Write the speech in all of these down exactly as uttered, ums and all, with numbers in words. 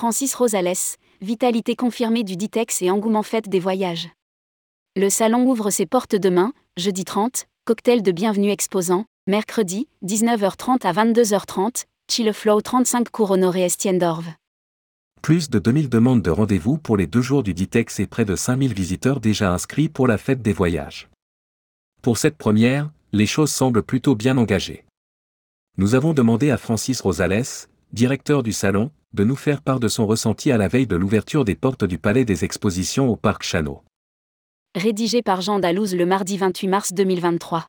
Francis Rosales, vitalité confirmée du Ditex et engouement fête des voyages. Le salon ouvre ses portes demain, jeudi trente, cocktail de bienvenue exposant, mercredi, dix-neuf heures trente à vingt-deux heures trente, Chilleflow trente-cinq cours Honoré Estiendorf. Plus de deux mille demandes de rendez-vous pour les deux jours du Ditex et près de cinq mille visiteurs déjà inscrits pour la fête des voyages. Pour cette première, les choses semblent plutôt bien engagées. Nous avons demandé à Francis Rosales, directeur du salon, de nous faire part de son ressenti à la veille de l'ouverture des portes du Palais des Expositions au Parc Chano. Rédigé par Jean Dalouse le mardi vingt-huit mars deux mille vingt-trois.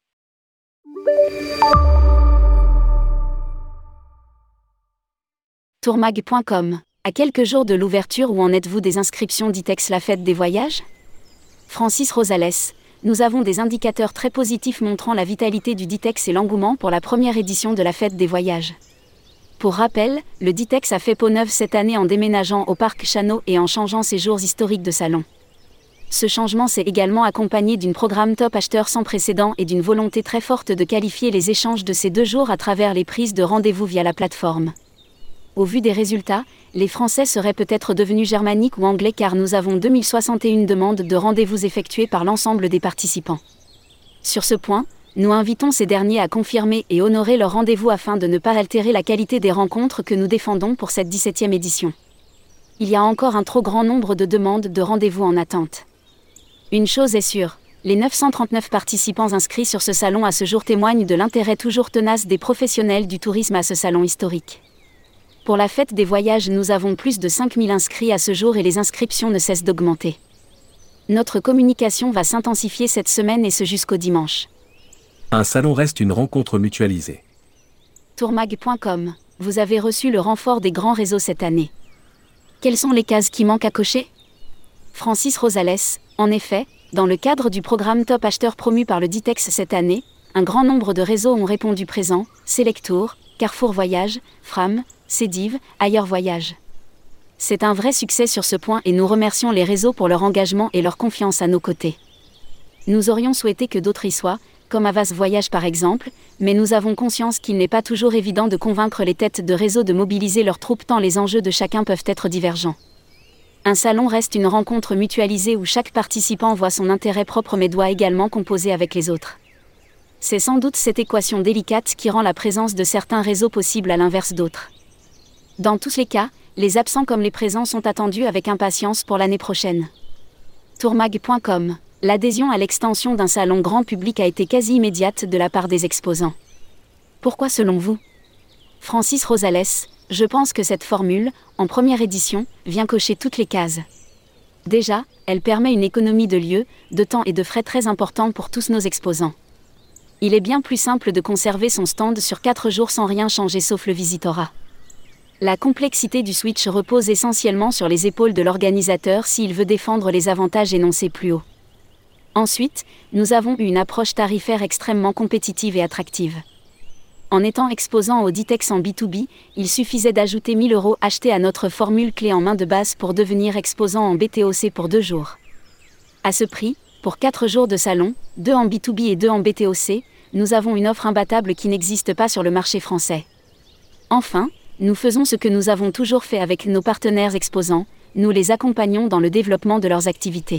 tourmag point com. À quelques jours de l'ouverture, où en êtes-vous des inscriptions Ditex la fête des voyages ? Francis Rosales. Nous avons des indicateurs très positifs montrant la vitalité du Ditex et l'engouement pour la première édition de la fête des voyages. Pour rappel, le Ditex a fait peau neuve cette année en déménageant au Parc Chano et en changeant ses jours historiques de salon. Ce changement s'est également accompagné d'un programme top acheteur sans précédent et d'une volonté très forte de qualifier les échanges de ces deux jours à travers les prises de rendez-vous via la plateforme. Au vu des résultats, les Français seraient peut-être devenus germaniques ou anglais car nous avons deux mille soixante et une demandes de rendez-vous effectuées par l'ensemble des participants. Sur ce point, nous invitons ces derniers à confirmer et honorer leur rendez-vous afin de ne pas altérer la qualité des rencontres que nous défendons pour cette dix-septième édition. Il y a encore un trop grand nombre de demandes de rendez-vous en attente. Une chose est sûre, les neuf cent trente-neuf participants inscrits sur ce salon à ce jour témoignent de l'intérêt toujours tenace des professionnels du tourisme à ce salon historique. Pour la fête des voyages, nous avons plus de cinq mille inscrits à ce jour et les inscriptions ne cessent d'augmenter. Notre communication va s'intensifier cette semaine et ce jusqu'au dimanche. Un salon reste une rencontre mutualisée. tourmag point com. Vous avez reçu le renfort des grands réseaux cette année. Quelles sont les cases qui manquent à cocher ? Francis Rosales. En effet, dans le cadre du programme Top Acheteur promu par le Ditex cette année, un grand nombre de réseaux ont répondu présent, Selectour, Carrefour Voyage, Fram, Cediv, Ailleurs Voyage. C'est un vrai succès sur ce point et nous remercions les réseaux pour leur engagement et leur confiance à nos côtés. Nous aurions souhaité que d'autres y soient, comme Avas Voyage par exemple, mais nous avons conscience qu'il n'est pas toujours évident de convaincre les têtes de réseau de mobiliser leurs troupes tant les enjeux de chacun peuvent être divergents. Un salon reste une rencontre mutualisée où chaque participant voit son intérêt propre mais doit également composer avec les autres. C'est sans doute cette équation délicate qui rend la présence de certains réseaux possible à l'inverse d'autres. Dans tous les cas, les absents comme les présents sont attendus avec impatience pour l'année prochaine. tourmag point com. L'adhésion à l'extension d'un salon grand public a été quasi immédiate de la part des exposants. Pourquoi selon vous ? Francis Rosales. Je pense que cette formule, en première édition, vient cocher toutes les cases. Déjà, elle permet une économie de lieu, de temps et de frais très importants pour tous nos exposants. Il est bien plus simple de conserver son stand sur quatre jours sans rien changer sauf le visitorat. La complexité du switch repose essentiellement sur les épaules de l'organisateur s'il veut défendre les avantages énoncés plus haut. Ensuite, nous avons eu une approche tarifaire extrêmement compétitive et attractive. En étant exposant au Ditex en B deux B, il suffisait d'ajouter mille euros achetés à notre formule clé en main de base pour devenir exposant en B T O C pour deux jours. À ce prix, pour quatre jours de salon, deux en B deux B et deux en B T O C, nous avons une offre imbattable qui n'existe pas sur le marché français. Enfin, nous faisons ce que nous avons toujours fait avec nos partenaires exposants, nous les accompagnons dans le développement de leurs activités.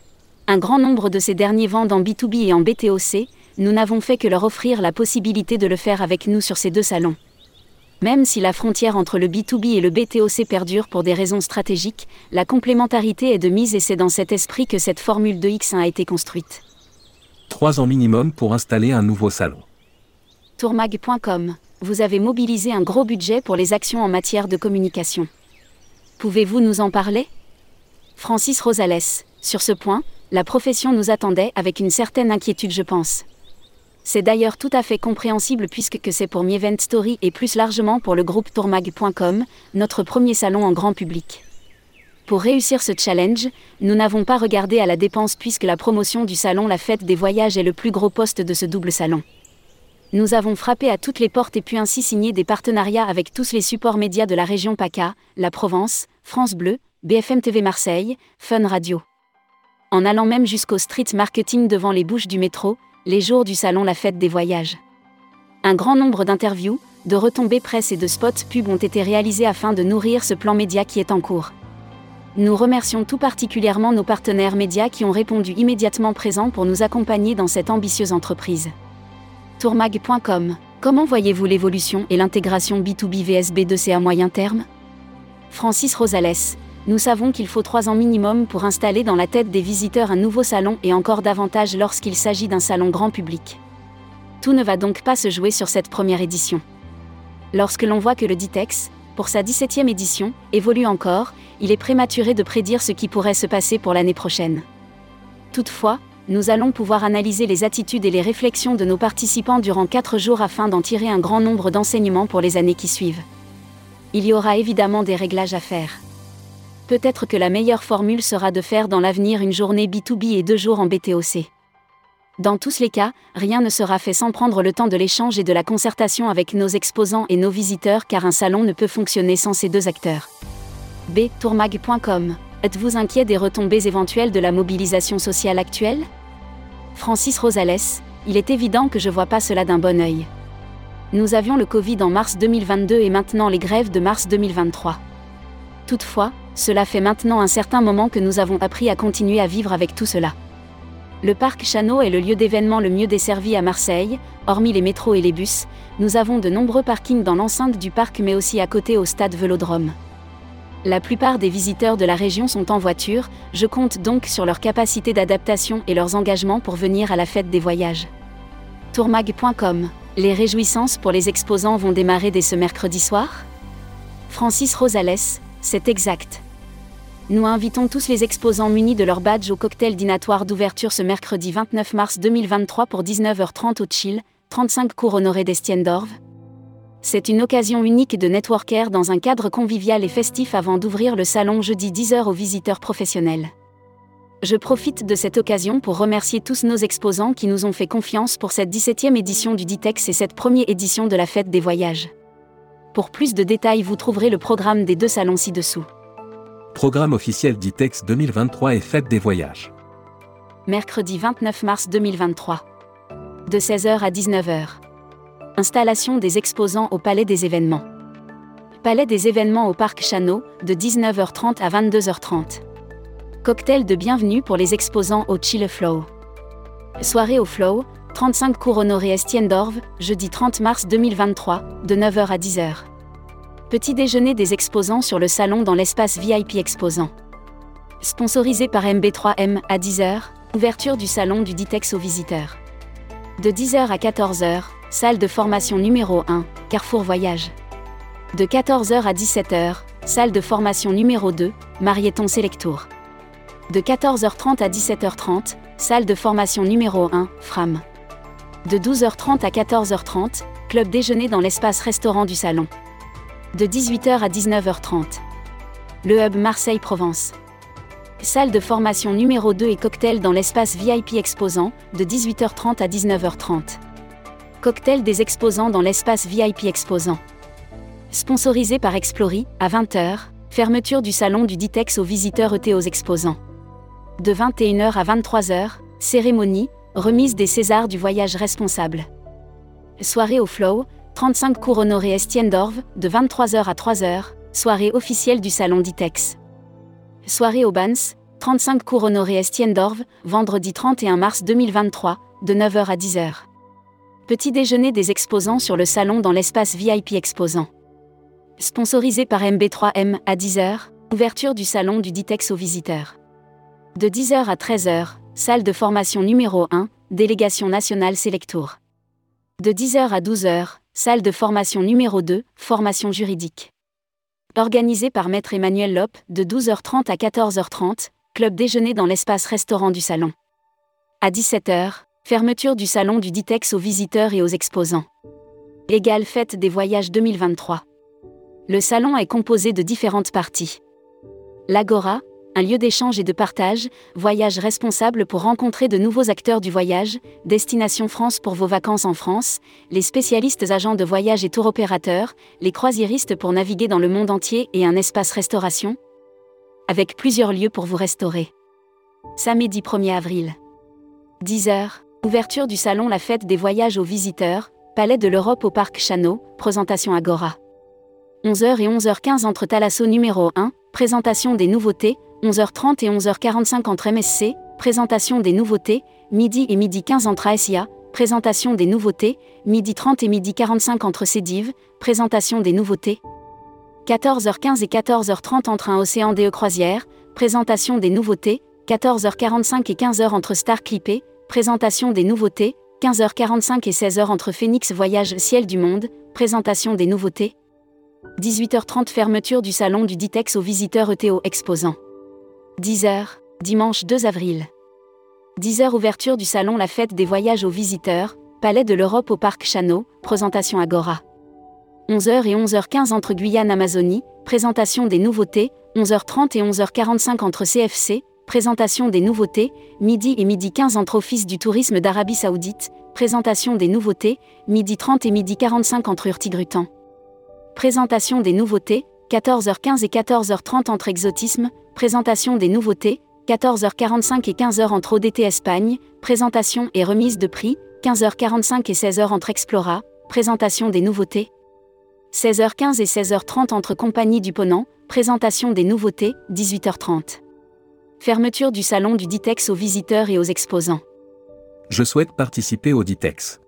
Un grand nombre de ces derniers vendent en B deux B et en B T O C, nous n'avons fait que leur offrir la possibilité de le faire avec nous sur ces deux salons. Même si la frontière entre le B deux B et le B T O C perdure pour des raisons stratégiques, la complémentarité est de mise et c'est dans cet esprit que cette formule deux par un a été construite. Trois ans minimum pour installer un nouveau salon. tourmag point com. Vous avez mobilisé un gros budget pour les actions en matière de communication. Pouvez-vous nous en parler ? Francis Rosales. Sur ce point, la profession nous attendait avec une certaine inquiétude je pense. C'est d'ailleurs tout à fait compréhensible puisque que c'est pour Mievent Story et plus largement pour le groupe tourmag point com, notre premier salon en grand public. Pour réussir ce challenge, nous n'avons pas regardé à la dépense puisque la promotion du salon La Fête des Voyages est le plus gros poste de ce double salon. Nous avons frappé à toutes les portes et pu ainsi signer des partenariats avec tous les supports médias de la région PACA, la Provence, France Bleu, B F M T V Marseille, Fun Radio. En allant même jusqu'au street marketing devant les bouches du métro, les jours du salon La Fête des Voyages. Un grand nombre d'interviews, de retombées presse et de spots pub ont été réalisés afin de nourrir ce plan média qui est en cours. Nous remercions tout particulièrement nos partenaires médias qui ont répondu immédiatement présents pour nous accompagner dans cette ambitieuse entreprise. Tourmag point com. Comment voyez-vous l'évolution et l'intégration B deux B vs B deux C à moyen terme? Francis Rosales. Nous savons qu'il faut trois ans minimum pour installer dans la tête des visiteurs un nouveau salon et encore davantage lorsqu'il s'agit d'un salon grand public. Tout ne va donc pas se jouer sur cette première édition. Lorsque l'on voit que le Ditex, pour sa dix-septième édition, évolue encore, il est prématuré de prédire ce qui pourrait se passer pour l'année prochaine. Toutefois, nous allons pouvoir analyser les attitudes et les réflexions de nos participants durant quatre jours afin d'en tirer un grand nombre d'enseignements pour les années qui suivent. Il y aura évidemment des réglages à faire. Peut-être que la meilleure formule sera de faire dans l'avenir une journée B deux B et deux jours en B T O C. Dans tous les cas, rien ne sera fait sans prendre le temps de l'échange et de la concertation avec nos exposants et nos visiteurs car un salon ne peut fonctionner sans ces deux acteurs. B. Tourmag point com. Êtes-vous inquiet des retombées éventuelles de la mobilisation sociale actuelle? Francis Rosales. Il est évident que je vois pas cela d'un bon œil. Nous avions le Covid en mars deux mille vingt-deux et maintenant les grèves de mars deux mille vingt-trois. Toutefois, cela fait maintenant un certain moment que nous avons appris à continuer à vivre avec tout cela. Le parc Chano est le lieu d'événement le mieux desservi à Marseille, hormis les métros et les bus. Nous avons de nombreux parkings dans l'enceinte du parc mais aussi à côté au stade Vélodrome. La plupart des visiteurs de la région sont en voiture, je compte donc sur leur capacité d'adaptation et leurs engagements pour venir à la fête des voyages. Tourmag point com. Les réjouissances pour les exposants vont démarrer dès ce mercredi soir? Francis Rosales. C'est exact. Nous invitons tous les exposants munis de leur badge au cocktail dînatoire d'ouverture ce mercredi vingt-neuf mars deux mille vingt-trois pour dix-neuf heures trente au Chill, trente-cinq cours Honoré d'Estienne-d'Orve. C'est une occasion unique de networker dans un cadre convivial et festif avant d'ouvrir le salon jeudi dix heures aux visiteurs professionnels. Je profite de cette occasion pour remercier tous nos exposants qui nous ont fait confiance pour cette dix-septième édition du Ditex et cette première édition de la Fête des Voyages. Pour plus de détails, vous trouverez le programme des deux salons ci-dessous. Programme officiel Ditex deux mille vingt-trois et Fête des Voyages. Mercredi vingt-neuf mars deux mille vingt-trois. De seize heures à dix-neuf heures. Installation des exposants au Palais des Événements. Palais des Événements au Parc Chano, de dix-neuf heures trente à vingt-deux heures trente. Cocktail de bienvenue pour les exposants au Chill Flow. Soirée au Flow, trente-cinq cours Honoré Estienne-d'Orve, jeudi trente mars deux mille vingt-trois, de neuf heures à dix heures. Petit déjeuner des exposants sur le salon dans l'espace V I P exposant. Sponsorisé par M B trois M, à dix heures, ouverture du salon du Ditex aux visiteurs. De dix heures à quatorze heures, salle de formation numéro un, Carrefour Voyage. De quatorze heures à dix-sept heures, salle de formation numéro deux, Marieton Selectour. De quatorze heures trente à dix-sept heures trente, salle de formation numéro un, Fram. De douze heures trente à quatorze heures trente, club déjeuner dans l'espace restaurant du salon. De dix-huit heures à dix-neuf heures trente. Le Hub Marseille-Provence. Salle de formation numéro deux et cocktail dans l'espace V I P exposant, de dix-huit heures trente à dix-neuf heures trente. Cocktail des exposants dans l'espace V I P exposant. Sponsorisé par Explory, à vingt heures, fermeture du salon du Ditex aux visiteurs et aux exposants. De vingt et une heures à vingt-trois heures, cérémonie, remise des Césars du voyage responsable. Soirée au Flow, trente-cinq cours Honoré Estienne-d'Orve, de vingt-trois heures à trois heures, soirée officielle du salon Ditex. Soirée au Bans, trente-cinq cours Honoré Estienne-d'Orve, vendredi trente et un mars deux mille vingt-trois, de neuf heures à dix heures. Petit déjeuner des exposants sur le salon dans l'espace V I P exposant. Sponsorisé par M B trois M, à dix heures, ouverture du salon du Ditex aux visiteurs. De dix heures à treize heures, salle de formation numéro un, délégation nationale Selectour. De dix heures à douze heures, salle de formation numéro deux, formation juridique. Organisé par Maître Emmanuel Lopp, de douze heures trente à quatorze heures trente, club déjeuner dans l'espace restaurant du salon. À dix-sept heures, fermeture du salon du Ditex aux visiteurs et aux exposants. Égale Fête des Voyages deux mille vingt-trois. Le salon est composé de différentes parties. L'Agora, un lieu d'échange et de partage, voyage responsable pour rencontrer de nouveaux acteurs du voyage, Destination France pour vos vacances en France, les spécialistes agents de voyage et tour opérateurs, les croisiéristes pour naviguer dans le monde entier et un espace restauration, avec plusieurs lieux pour vous restaurer. Samedi premier avril. dix heures, ouverture du salon La Fête des Voyages aux visiteurs, Palais de l'Europe au Parc Chano, présentation Agora. onze heures et onze heures quinze entre Thalasso numéro un, présentation des nouveautés, onze heures trente et onze heures quarante-cinq entre M S C, présentation des nouveautés, midi et midi quinze entre A S I A, présentation des nouveautés, midi trente et midi quarante-cinq entre Cediv, présentation des nouveautés. quatorze heures quinze et quatorze heures trente entre un Océan D E Croisière, présentation des nouveautés, quatorze heures quarante-cinq et quinze heures entre Star Clippé, présentation des nouveautés, quinze heures quarante-cinq et seize heures entre Phoenix Voyage Ciel du Monde, présentation des nouveautés. dix-huit heures trente fermeture du salon du Ditex aux visiteurs E T O exposants. dix heures, dimanche deux avril. dix heures ouverture du salon La Fête des Voyages aux visiteurs, Palais de l'Europe au Parc Chano, présentation Agora. onze heures et onze heures quinze entre Guyane Amazonie, présentation des nouveautés, onze heures trente et onze heures quarante-cinq entre C F C, présentation des nouveautés, midi et midi quinze entre Office du tourisme d'Arabie Saoudite, présentation des nouveautés, midi trente et midi quarante-cinq entre Hurtigruten. Présentation des nouveautés, quatorze heures quinze et quatorze heures trente entre Exotisme, présentation des nouveautés, quatorze heures quarante-cinq et quinze heures entre O D T Espagne, présentation et remise de prix, quinze heures quarante-cinq et seize heures entre Explora, présentation des nouveautés. seize heures quinze et seize heures trente entre Compagnie du Ponant, présentation des nouveautés, dix-huit heures trente. Fermeture du salon du Ditex aux visiteurs et aux exposants. Je souhaite participer au Ditex.